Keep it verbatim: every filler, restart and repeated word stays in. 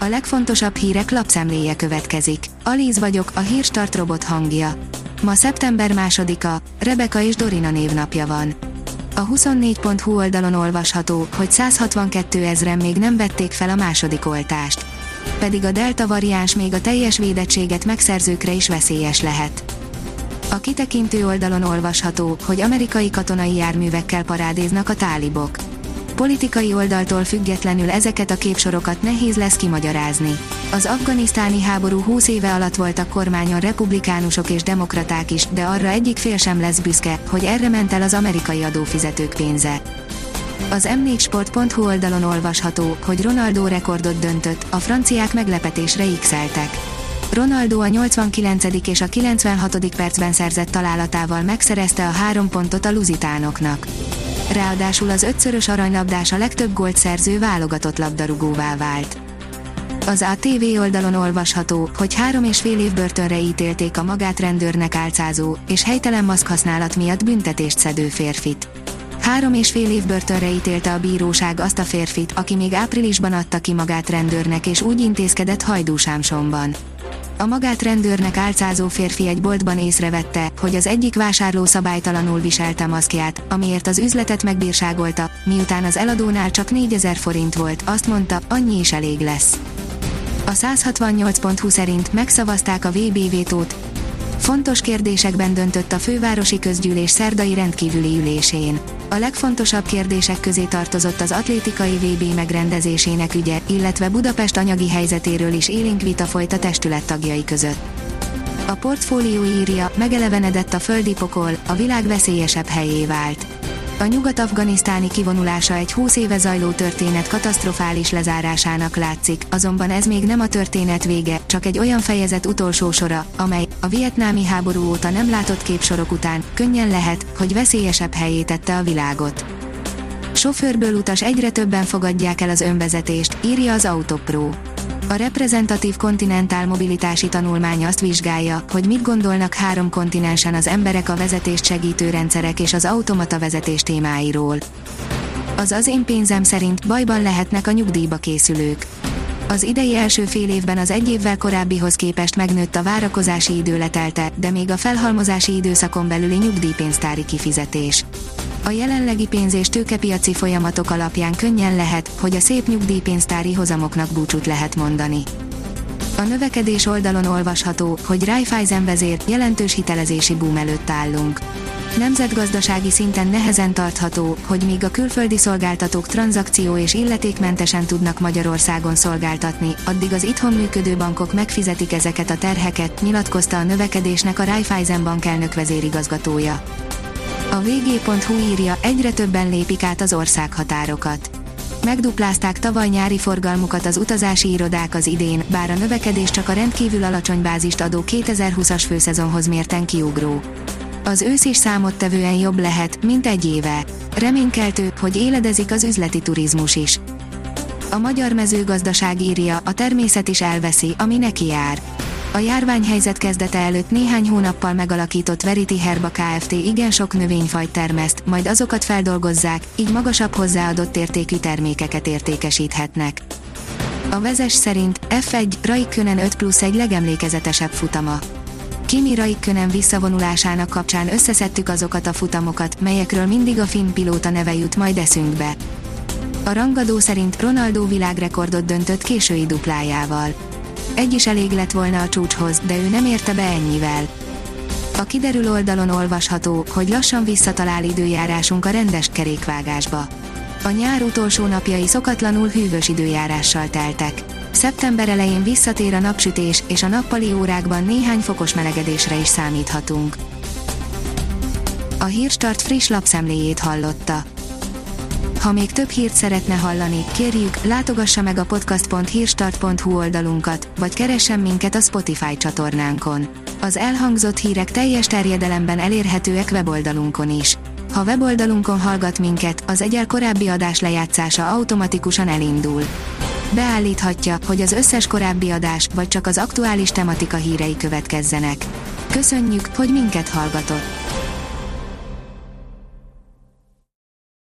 A legfontosabb hírek lapszemléje következik. Alíz vagyok, a Hírstart robot hangja. Ma szeptember másodika, Rebeka és Dorina névnapja van. A huszonnégy pont hu oldalon olvasható, hogy száz hatvankettő ezren még nem vették fel a második oltást. Pedig a delta variáns még a teljes védettséget megszerzőkre is veszélyes lehet. A kitekintő oldalon olvasható, hogy amerikai katonai járművekkel parádéznak a tálibok. Politikai oldaltól függetlenül ezeket a képsorokat nehéz lesz kimagyarázni. Az afganisztáni háború húsz éve alatt voltak kormányon republikánusok és demokraták is, de arra egyik fél sem lesz büszke, hogy erre ment el az amerikai adófizetők pénze. Az em négy sport pont hu oldalon olvasható, hogy Ronaldo rekordot döntött, a franciák meglepetésre x-eltek. Ronaldo a nyolcvankilencedik és a kilencvenhatodik percben szerzett találatával megszerezte a három pontot a luzitánoknak. Ráadásul az ötszörös aranylabdás a legtöbb gólt szerző válogatott labdarúgóvá vált. Az á té vé oldalon olvasható, hogy három és fél év börtönre ítélték a magát rendőrnek álcázó, és helytelen maszkhasználat miatt büntetést szedő férfit. Három és fél év börtönre ítélte a bíróság azt a férfit, aki még áprilisban adta ki magát rendőrnek és úgy intézkedett Hajdúsámsonban. A magát rendőrnek álcázó férfi egy boltban észrevette, hogy az egyik vásárló szabálytalanul viselte maszkját, amiért az üzletet megbírságolta, miután az eladónál csak négyezer forint volt, azt mondta, annyi is elég lesz. A száz hatvannyolc pont hu szerint megszavazták a vé bé vétót. Fontos kérdésekben döntött a fővárosi közgyűlés szerdai rendkívüli ülésén. A legfontosabb kérdések közé tartozott az atlétikai vé bé megrendezésének ügye, illetve Budapest anyagi helyzetéről is élénk vita folyt a testület tagjai között. A Portfólió írja, megelevenedett a földi pokol, a világ veszélyesebb helyé vált. A nyugat-afganisztáni kivonulása egy húsz éve zajló történet katasztrofális lezárásának látszik, azonban ez még nem a történet vége, csak egy olyan fejezet utolsó sora, amely, a vietnámi háború óta nem látott képsorok után, könnyen lehet, hogy veszélyesebb helyé tette a világot. Sofőrből utas egyre többen fogadják el az önvezetést, írja az Autopro. A reprezentatív kontinentál mobilitási tanulmány azt vizsgálja, hogy mit gondolnak három kontinensen az emberek a vezetést segítő rendszerek és az automata vezetés témáiról. Az Az én pénzem szerint bajban lehetnek a nyugdíjba készülők. Az idei első fél évben az egy évvel korábbihoz képest megnőtt a várakozási idő letelte, de még a felhalmozási időszakon belüli nyugdíjpénztári kifizetés. A jelenlegi pénz- és tőkepiaci folyamatok alapján könnyen lehet, hogy a szép nyugdíjpénztári hozamoknak búcsút lehet mondani. A növekedés oldalon olvasható, hogy Raiffeisen vezér, jelentős hitelezési boom előtt állunk. Nemzetgazdasági szinten nehezen tartható, hogy míg a külföldi szolgáltatók tranzakció és illetékmentesen tudnak Magyarországon szolgáltatni, addig az itthon működő bankok megfizetik ezeket a terheket, nyilatkozta a növekedésnek a Raiffeisen bank elnök vezérigazgatója. A vé gé pont hu írja, egyre többen lépik át az országhatárokat. Megduplázták tavaly nyári forgalmukat az utazási irodák az idén, bár a növekedés csak a rendkívül alacsony bázist adó kétezer-húszas főszezonhoz mérten kiugró. Az ősz is számottevően jobb lehet, mint egy éve. Reménykeltő, hogy éledezik az üzleti turizmus is. A magyar mezőgazdaság írja, a természet is elveszi, ami neki jár. A járványhelyzet kezdete előtt néhány hónappal megalakított Verity Herba Kft. Igen sok növényfajt termeszt, majd azokat feldolgozzák, így magasabb hozzáadott értékű termékeket értékesíthetnek. A Vezes szerint ef egy Raikkonen öt plusz egy legemlékezetesebb futama. Kimi Raikkonen visszavonulásának kapcsán összeszedtük azokat a futamokat, melyekről mindig a finn pilóta neve jut majd eszünkbe. A rangadó szerint Ronaldo világrekordot döntött késői duplájával. Egy is elég lett volna a csúcshoz, de ő nem érte be ennyivel. A kiderül oldalon olvasható, hogy lassan visszatalál időjárásunk a rendes kerékvágásba. A nyár utolsó napjai szokatlanul hűvös időjárással teltek. Szeptember elején visszatér a napsütés, és a nappali órákban néhány fokos melegedésre is számíthatunk. A Hírstart friss lapszemléjét hallotta. Ha még több hírt szeretne hallani, kérjük, látogassa meg a podcast pont hírstart pont hu oldalunkat, vagy keressen minket a Spotify csatornánkon. Az elhangzott hírek teljes terjedelemben elérhetőek weboldalunkon is. Ha weboldalunkon hallgat minket, az egyel korábbi adás lejátszása automatikusan elindul. Beállíthatja, hogy az összes korábbi adás, vagy csak az aktuális tematika hírei következzenek. Köszönjük, hogy minket hallgatott!